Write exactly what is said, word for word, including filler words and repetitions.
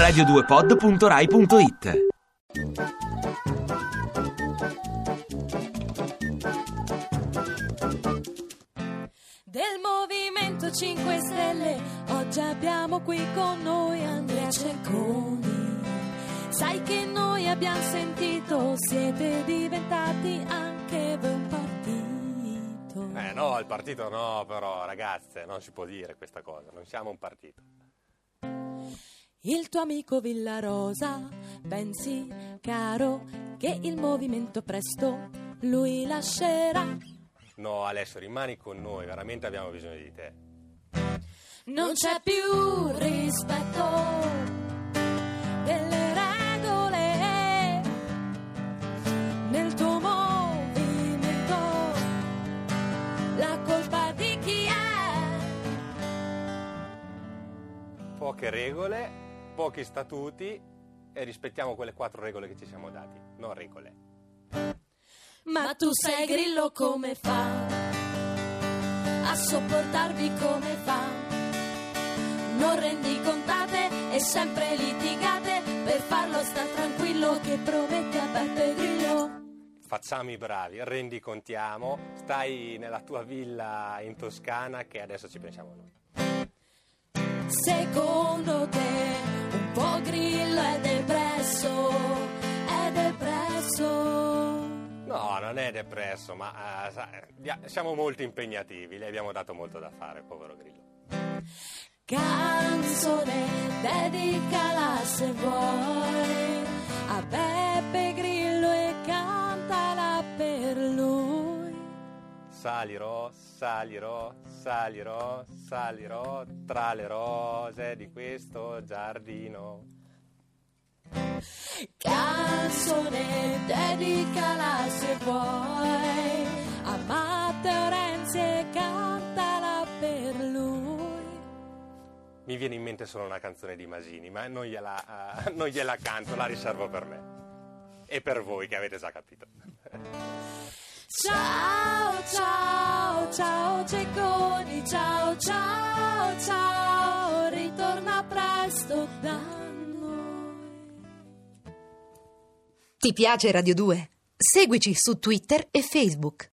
radio due pod punto rai punto it. Del Movimento cinque Stelle oggi abbiamo qui con noi Andrea Cecconi. Sai che noi abbiamo sentito, siete diventati anche voi un partito. Eh no, il partito no, però ragazze, non si può dire questa cosa, non siamo un partito. Il tuo amico Villarosa, pensi, caro, che il movimento presto lui lascerà? No, Alessio, rimani con noi, veramente abbiamo bisogno di te. Non c'è più rispetto delle regole nel tuo movimento, la colpa di chi è? Poche regole, pochi statuti e rispettiamo quelle quattro regole che ci siamo dati, non regole. Ma tu sei Grillo, come fa a sopportarvi, come fa? Non rendi contate e sempre litigate per farlo star tranquillo che promette a Beppe Grillo. Facciamo i bravi, rendicontiamo, stai nella tua villa in Toscana che adesso ci pensiamo noi. Secondo te un po' Grillo è depresso, è depresso? No, non è depresso, ma uh, siamo molto impegnativi, le abbiamo dato molto da fare, povero Grillo. Canzone, dedicala se vuoi a Beppe Grillo e cantala per lui. Salirò, salirò, salirò, salirò tra le rose di questo giardino. Canzone, dedicala se vuoi a Matteo Renzi e cantala per lui. Mi viene in mente solo una canzone di Masini, ma non gliela, uh, non gliela canto, la riservo per me e per voi che avete già capito. Ciao, ciao, ciao Cecconi, ciao, ciao, ciao, ritorna presto da noi. Ti piace Radio due? Seguici su Twitter e Facebook.